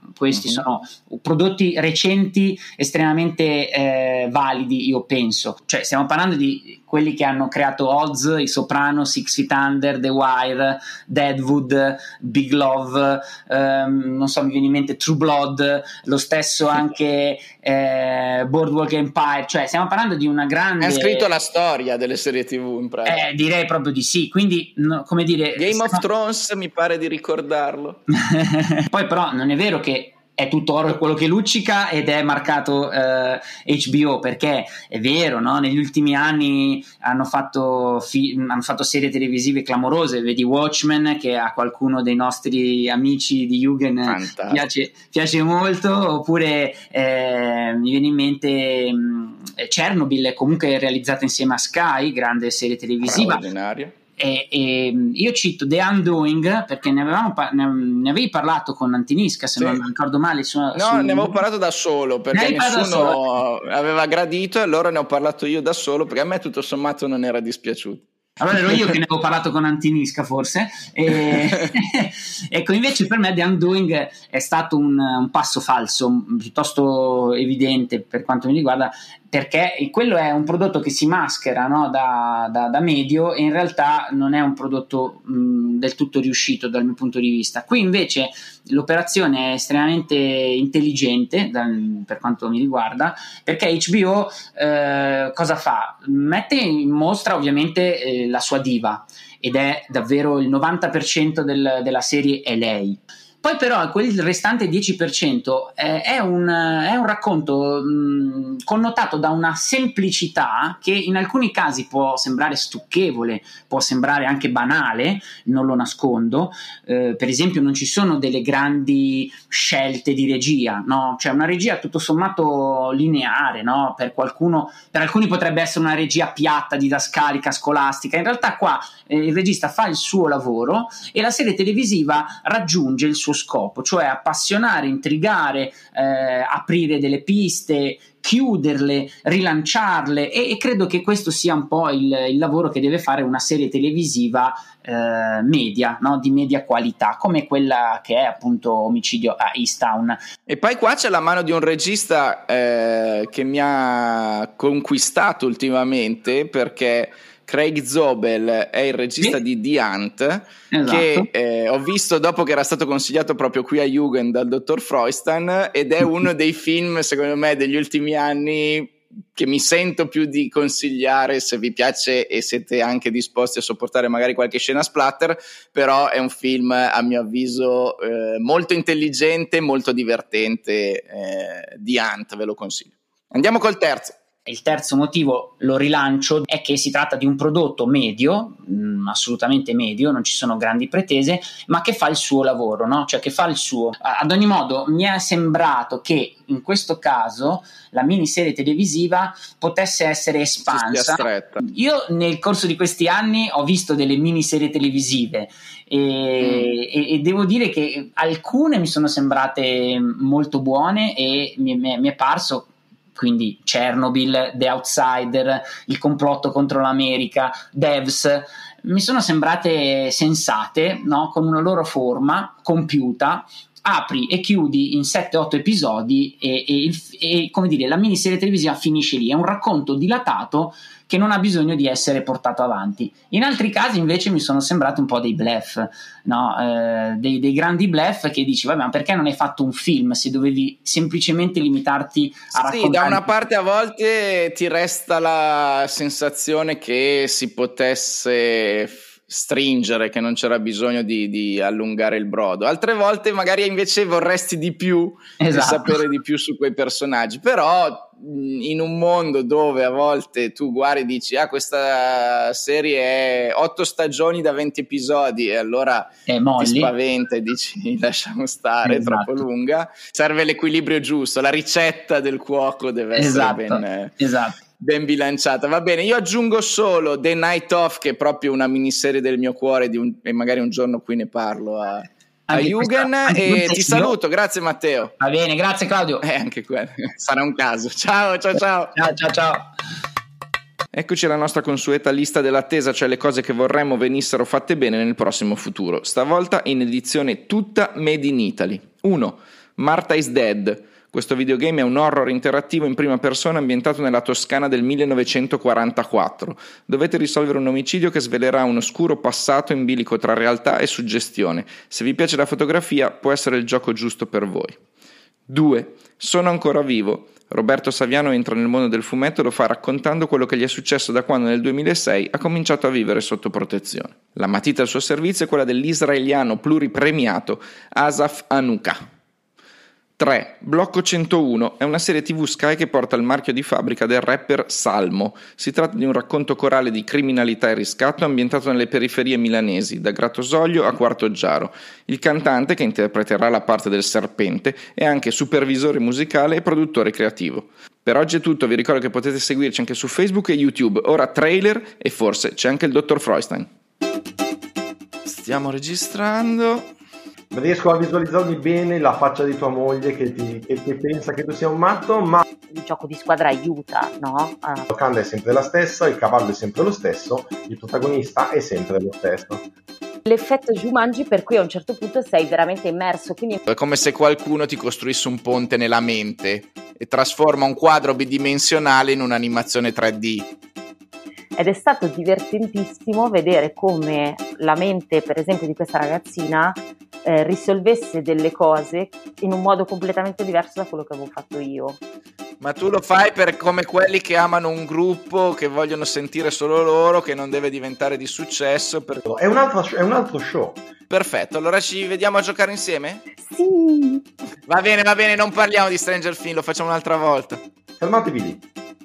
questi sono prodotti recenti estremamente validi, io penso. Cioè stiamo parlando di quelli che hanno creato Oz, I Soprano, Six Feet Under, The Wire, Deadwood, Big Love, non so, mi viene in mente True Blood, lo stesso anche Boardwalk Empire. Cioè stiamo parlando di una grande... Ha scritto la storia delle serie TV in pratica. Direi proprio di sì, quindi come dire... Game of Thrones mi pare di ricordarlo. Poi però non è vero che è tutto oro quello che luccica ed è marcato HBO, perché è vero, no? Negli ultimi anni hanno fatto serie televisive clamorose, vedi Watchmen, che a qualcuno dei nostri amici di Jugend piace molto, oppure mi viene in mente Chernobyl, comunque realizzata insieme a Sky, grande serie televisiva. Straordinaria. E io cito The Undoing perché ne avevi parlato con Antinisca, se non ricordo male. Ne avevo parlato da solo perché nessuno aveva gradito, e allora ne ho parlato io da solo perché a me tutto sommato non era dispiaciuto. Allora ero io che ne avevo parlato con Antinisca forse. Ecco, invece per me The Undoing è stato un passo falso piuttosto evidente per quanto mi riguarda, perché quello è un prodotto che si maschera, no, da medio, e in realtà non è un prodotto del tutto riuscito dal mio punto di vista. Qui invece l'operazione è estremamente intelligente per quanto mi riguarda, perché HBO cosa fa? Mette in mostra ovviamente la sua diva, ed è davvero il 90% della serie è lei. Poi però quel restante 10% è un racconto connotato da una semplicità che in alcuni casi può sembrare stucchevole, può sembrare anche banale, non lo nascondo. Per esempio non ci sono delle grandi scelte di regia, no? Cioè una regia tutto sommato lineare, no? Per alcuni potrebbe essere una regia piatta, didascalica, scolastica. In realtà qua il regista fa il suo lavoro e la serie televisiva raggiunge il suo scopo, cioè appassionare, intrigare, aprire delle piste, chiuderle, rilanciarle, e credo che questo sia un po' il lavoro che deve fare una serie televisiva media, no? Di media qualità, come quella che è appunto Omicidio a Easttown. E poi qua c'è la mano di un regista che mi ha conquistato ultimamente, perché Craig Zobel è il regista di The Hunt, esatto, che ho visto dopo che era stato consigliato proprio qui a Jugend dal dottor Freustan, ed è uno dei film secondo me degli ultimi anni che mi sento più di consigliare, se vi piace e siete anche disposti a sopportare magari qualche scena splatter. Però è un film a mio avviso molto intelligente, molto divertente. The Hunt, ve lo consiglio. Andiamo col terzo. Il terzo motivo, lo rilancio, è che si tratta di un prodotto medio, assolutamente medio, non ci sono grandi pretese, ma che fa il suo lavoro, no? Cioè che fa il suo. Ad ogni modo mi è sembrato che in questo caso la miniserie televisiva potesse essere espansa. Io nel corso di questi anni ho visto delle miniserie televisive e devo dire che alcune mi sono sembrate molto buone, e mi è parso, quindi Chernobyl, The Outsider, Il complotto contro l'America, Devs, mi sono sembrate sensate, no? Con una loro forma compiuta. Apri e chiudi in 7-8 episodi e come dire, la miniserie televisiva finisce lì. È un racconto dilatato che non ha bisogno di essere portato avanti. In altri casi invece mi sono sembrati un po' dei bluff, no? Dei grandi bluff che dici, vabbè, ma perché non hai fatto un film se dovevi semplicemente limitarti a raccontare? Sì, da una parte a volte ti resta la sensazione che si potesse stringere, che non c'era bisogno di allungare il brodo. Altre volte magari invece vorresti di più, esatto, di sapere di più su quei personaggi. Però in un mondo dove a volte tu guardi e dici questa serie è 8 stagioni da 20 episodi, e allora ti spaventa e dici lasciamo stare, esatto, è troppo lunga. Serve l'equilibrio giusto, la ricetta del cuoco deve essere ben bilanciata. Va bene, io aggiungo solo The Night Of, che è proprio una miniserie del mio cuore, e magari un giorno qui ne parlo a Jugend, e ti saluto. Grazie Matteo. Va bene, grazie Claudio. Anche quello sarà un caso. Ciao. Ciao. Eccoci alla nostra consueta lista dell'attesa, cioè le cose che vorremmo venissero fatte bene nel prossimo futuro. Stavolta in edizione tutta Made in Italy. 1. Martha is Dead. Questo videogame è un horror interattivo in prima persona ambientato nella Toscana del 1944. Dovete risolvere un omicidio che svelerà un oscuro passato in bilico tra realtà e suggestione. Se vi piace la fotografia, può essere il gioco giusto per voi. 2. Sono ancora vivo. Roberto Saviano entra nel mondo del fumetto e lo fa raccontando quello che gli è successo da quando nel 2006 ha cominciato a vivere sotto protezione. La matita al suo servizio è quella dell'israeliano pluripremiato Asaf Anuka. 3. Blocco 101 è una serie TV Sky che porta il marchio di fabbrica del rapper Salmo. Si tratta di un racconto corale di criminalità e riscatto ambientato nelle periferie milanesi, da Grattosoglio a Quartoggiaro. Il cantante, che interpreterà la parte del serpente, è anche supervisore musicale e produttore creativo. Per oggi è tutto, vi ricordo che potete seguirci anche su Facebook e YouTube. Ora trailer e forse c'è anche il dottor Freustein. Stiamo registrando. Riesco a visualizzarmi bene la faccia di tua moglie che pensa che tu sia un matto, ma il gioco di squadra aiuta, no? la locanda è sempre la stessa, il cavallo è sempre lo stesso, il protagonista è sempre lo stesso. L'effetto Jumanji per cui a un certo punto sei veramente immerso, quindi È come se qualcuno ti costruisse un ponte nella mente e trasforma un quadro bidimensionale in un'animazione 3D. ed è stato divertentissimo vedere come la mente, per esempio, di questa ragazzina risolvesse delle cose in un modo completamente diverso da quello che avevo fatto io. Ma tu lo fai per come quelli che amano un gruppo, che vogliono sentire solo loro, che non deve diventare di successo. È un altro show. Perfetto, allora ci vediamo a giocare insieme? Sì! Va bene, non parliamo di Stranger Things, lo facciamo un'altra volta. Fermatevi lì.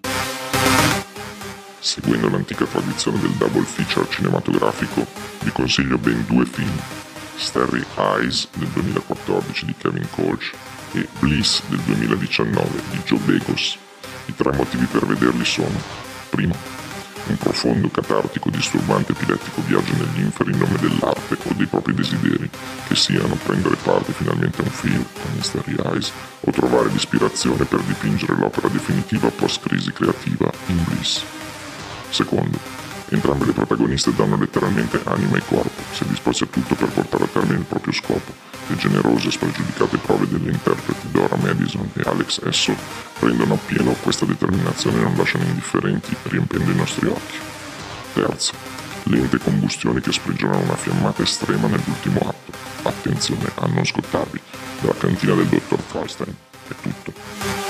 Seguendo l'antica tradizione del double feature cinematografico, vi consiglio ben 2 film: Starry Eyes del 2014 di Kevin Koch e Bliss del 2019 di Joe Begos. I 3 motivi per vederli sono: primo, un profondo, catartico, disturbante epilettico viaggio negli inferi in nome dell'arte o dei propri desideri, che siano prendere parte finalmente a un film, come Starry Eyes, o trovare l'ispirazione per dipingere l'opera definitiva post-crisi creativa in Bliss. Secondo, entrambe le protagoniste danno letteralmente anima e corpo, si è disposti a tutto per portare a termine il proprio scopo. Le generose e spregiudicate prove delle interpreti Dora Madison e Alex Esso rendono appieno questa determinazione e non lasciano indifferenti, riempiendo i nostri occhi. Terzo, lente combustioni che sprigionano una fiammata estrema nell'ultimo atto. Attenzione a non scottarvi. Dalla cantina del dottor Freustein è tutto.